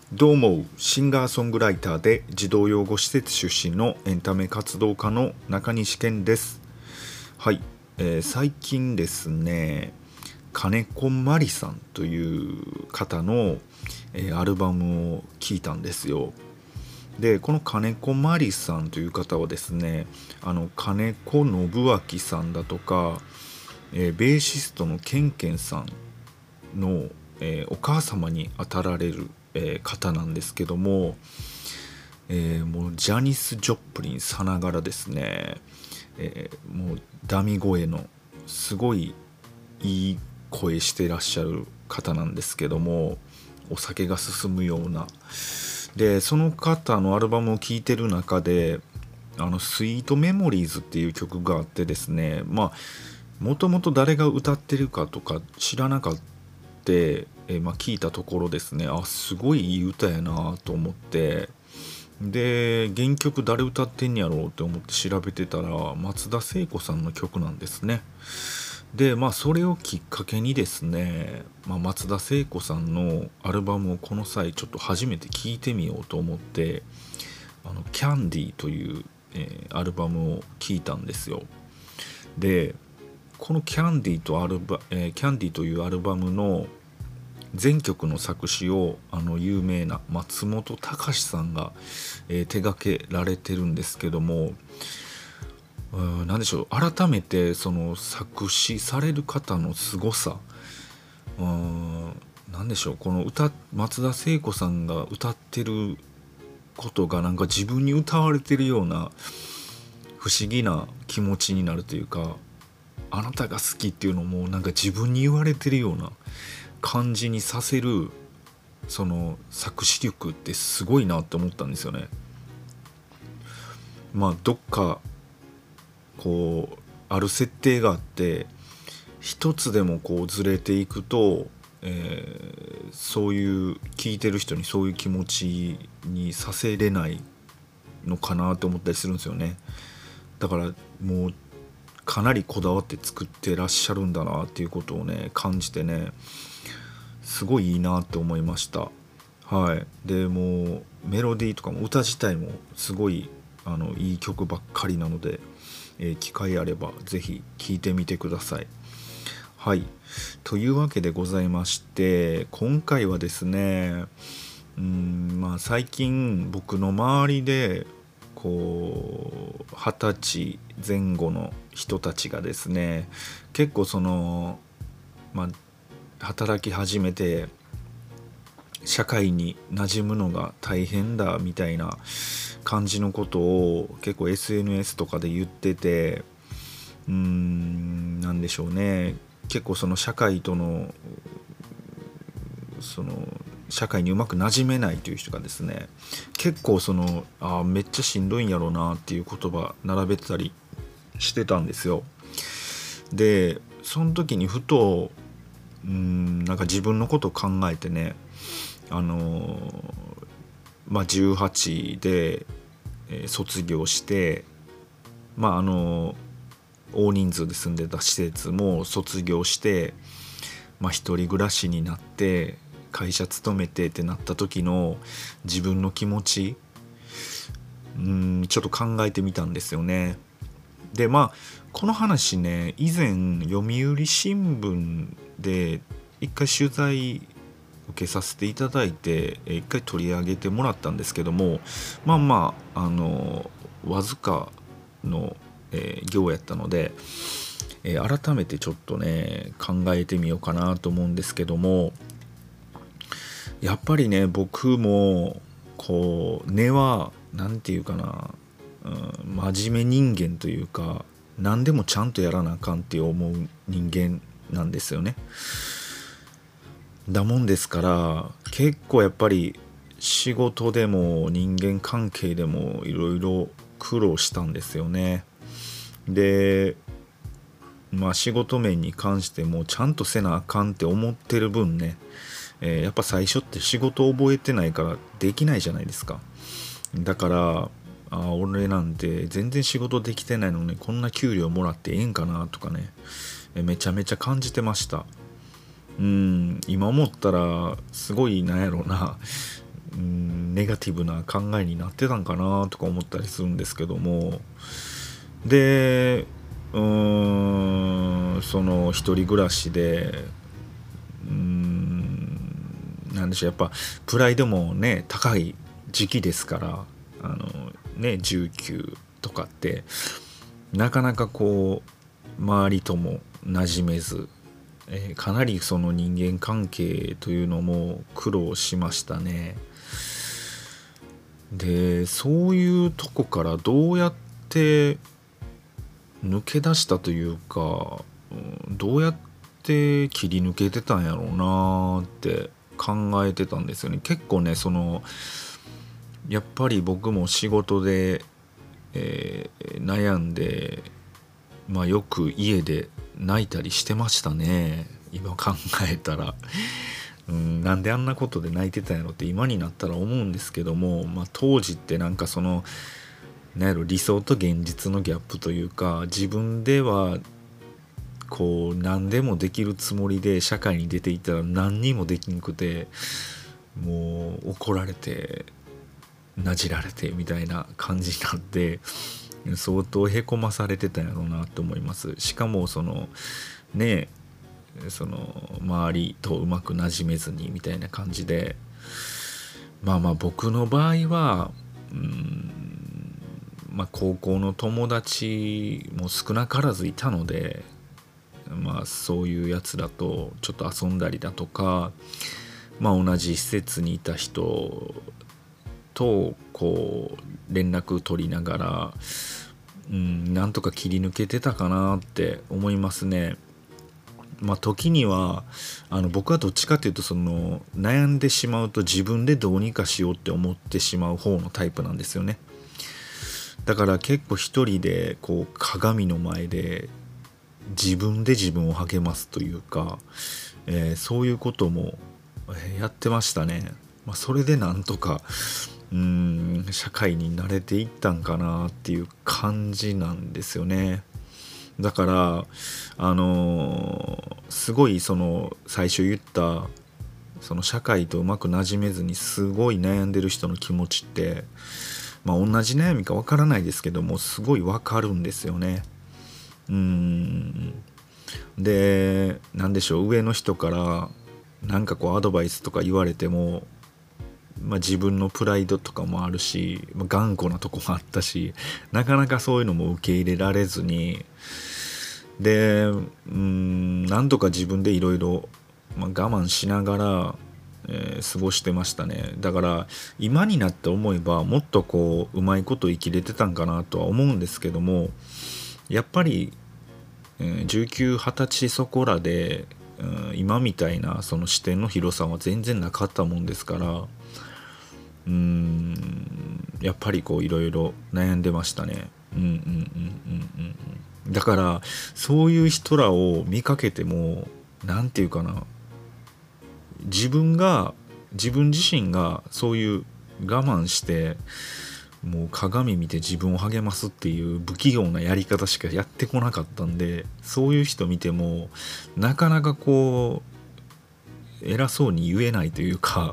どうも、シンガーソングライターで児童養護施設出身のエンタメ活動家の中西健です。はい、最近ですね、金子麻里さんという方の、アルバムを聴いたんですよ。で、この金子麻里さんという方はですね、金子信明さんだとか、ベーシストのケンケンさんの、お母様にあたられる、方なんですけども、もうジャニス・ジョプリンさながらですね、もうダミ声のすごいいい声してらっしゃる方なんですけども、お酒が進むようなで、その方のアルバムを聴いてる中でスイートメモリーズっていう曲があってですね、もともと誰が歌ってるかとか知らなかった、聞いたところですね、すごいいい歌やなと思って、で原曲誰歌ってんやろうって思って調べてたら松田聖子さんの曲なんですね。でそれをきっかけにですね、松田聖子さんのアルバムをこの際ちょっと初めて聴いてみようと思ってキャンディーという、アルバムを聴いたんですよ。でこのキャンディーというアルバムの全曲の作詞を有名な松本隆さんが、手掛けられてるんですけども、何でしょう、改めてその作詞される方の凄さ、何でしょう、この松田聖子さんが歌ってることがなんか自分に歌われてるような不思議な気持ちになるというか、あなたが好きっていうのもなんか自分に言われてるような感じにさせる、その作詞力ってすごいなって思ったんですよね。どっかこうある設定があって一つでもこうずれていくと、そういう聞いてる人にそういう気持ちにさせれないのかなと思ったりするんですよね。だからもうかなりこだわって作ってらっしゃるんだなっていうことをね感じてね、すごいいいなって思いました。はい。でもうメロディーとかも歌自体もすごいいい曲ばっかりなので、機会あればぜひ聴いてみてください。はい。というわけでございまして、今回はですね、最近僕の周りでこう20歳前後の人たちがですね、結構働き始めて社会に馴染むのが大変だみたいな感じのことを結構 SNS とかで言ってて、なんでしょうね、結構その社会にうまく馴染めないという人がですね、結構めっちゃしんどいんやろうなっていう言葉並べてたりしてたんですよ。でその時にふとなんか自分のことを考えてね、18で、卒業して、大人数で住んでた施設も卒業して、一人暮らしになって会社勤めてってなった時の自分の気持ち、ちょっと考えてみたんですよね。でこの話ね、以前読売新聞で一回取材受けさせていただいて一回取り上げてもらったんですけども、わずかの、行やったので、改めてちょっとね考えてみようかなと思うんですけども、やっぱりね僕もこう根はなんていうかな、真面目人間というか、何でもちゃんとやらなあかんって思う人間なんですよね。だもんですから結構やっぱり仕事でも人間関係でもいろいろ苦労したんですよね。で仕事面に関してもちゃんとせなあかんって思ってる分ね、やっぱ最初って仕事覚えてないからできないじゃないですか。だから俺なんて全然仕事できてないのにこんな給料もらってええんかなとかね、めちゃめちゃ感じてました。今思ったらすごいなんやろうな、 ネガティブな考えになってたんかなとか思ったりするんですけども、でその一人暮らしでなんでしょう、やっぱプライドもね高い時期ですから、19とかってなかなかこう周りとも馴染めず、かなりその人間関係というのも苦労しましたね。でそういうとこからどうやって抜け出したというか、どうやって切り抜けてたんやろうなって考えてたんですよね。結構ねやっぱり僕も仕事で、悩んで、よく家で泣いたりしてましたね。今考えたら、なんであんなことで泣いてたんやろって今になったら思うんですけども、当時ってなんかそのなんやろ、理想と現実のギャップというか、自分ではこう何でもできるつもりで社会に出ていったら何にもできんくて、もう怒られてなじられてみたいな感じになって、相当へこまされてたんやろうなと思います。しかもその周りとうまくなじめずにみたいな感じで、僕の場合は高校の友達も少なからずいたので、そういうやつらとちょっと遊んだりだとか、同じ施設にいた人とこう連絡取りながら、なんとか切り抜けてたかなって思いますね。時には僕はどっちかというと悩んでしまうと自分でどうにかしようって思ってしまう方のタイプなんですよね。だから結構一人でこう鏡の前で自分で自分を励ますというか、そういうこともやってましたね。それでなんとか社会に慣れていったんかなっていう感じなんですよね。だからすごい最初言った社会とうまくなじめずにすごい悩んでる人の気持ちって、同じ悩みかわからないですけどもすごいわかるんですよね。でなんでしょう、上の人からなんかこうアドバイスとか言われても、自分のプライドとかもあるし、頑固なとこもあったし、なかなかそういうのも受け入れられずに、でなんとか自分でいろいろ我慢しながら、過ごしてましたね。だから今になって思えばもっとこううまいこと生きれてたんかなとは思うんですけども、やっぱり、19、20歳そこらで、今みたいなその視点の広さは全然なかったもんですから、やっぱりこういろいろ悩んでましたね。だからそういう人らを見かけてもなんていうかな、自分自身がそういう我慢してもう鏡見て自分を励ますっていう不器用なやり方しかやってこなかったんで、そういう人見てもなかなかこう偉そうに言えないというか、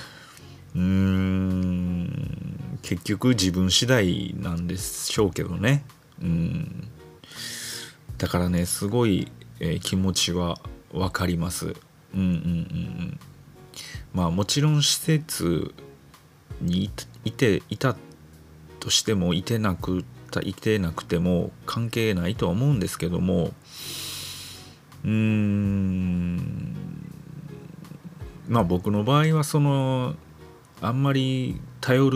結局自分次第なんでしょうけどね。だからねすごい、気持ちは分かります。もちろん施設にいたとしてもいてなくても関係ないとは思うんですけども、僕の場合はあんまり頼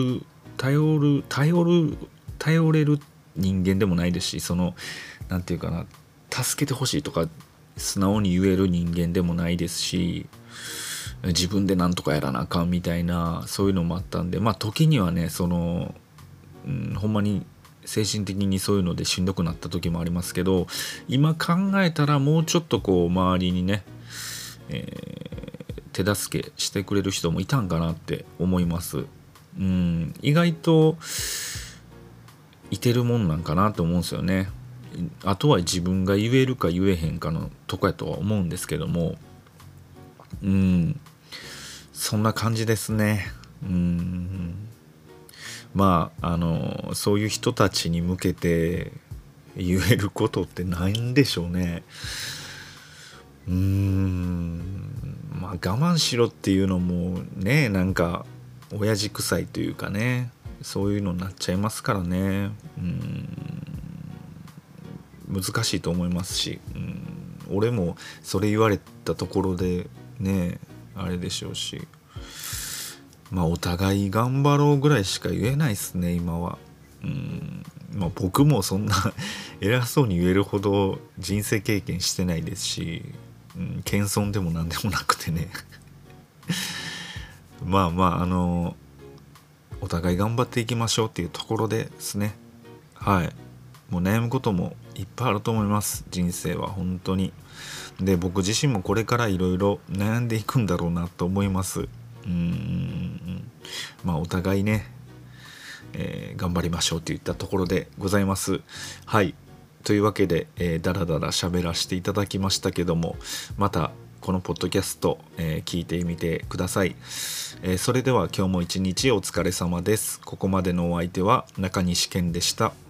れる人間でもないですし、なんていうかな、助けてほしいとか素直に言える人間でもないですし、自分でなんとかやらなあかんみたいなそういうのもあったんで、時にはねほんまに精神的にそういうのでしんどくなった時もありますけど、今考えたらもうちょっとこう周りにね、手助けしてくれる人もいたんかなって思います。意外といてるもんなんかなと思うんですよね。あとは自分が言えるか言えへんかのとこやとは思うんですけども、そんな感じですね。 まあそういう人たちに向けて言えることってないんでしょうね。まあ我慢しろっていうのもね、なんか親父臭いというかね、そういうのになっちゃいますからね。難しいと思いますし、俺もそれ言われたところでねあれでしょうし、まあお互い頑張ろうぐらいしか言えないですね今は。まあ、僕もそんな偉そうに言えるほど人生経験してないですし、謙遜でも何でもなくてねまあまあお互い頑張っていきましょうっていうところですね。はい。もう悩むこともいっぱいあると思います、人生は本当に。で僕自身もこれからいろいろ悩んでいくんだろうなと思います。まあお互いね、頑張りましょうといったところでございます。はい。というわけで、だらだら喋らせていただきましたけども、またこのポッドキャスト、聞いてみてください。それでは今日も一日お疲れ様です。ここまでのお相手は中西健でした。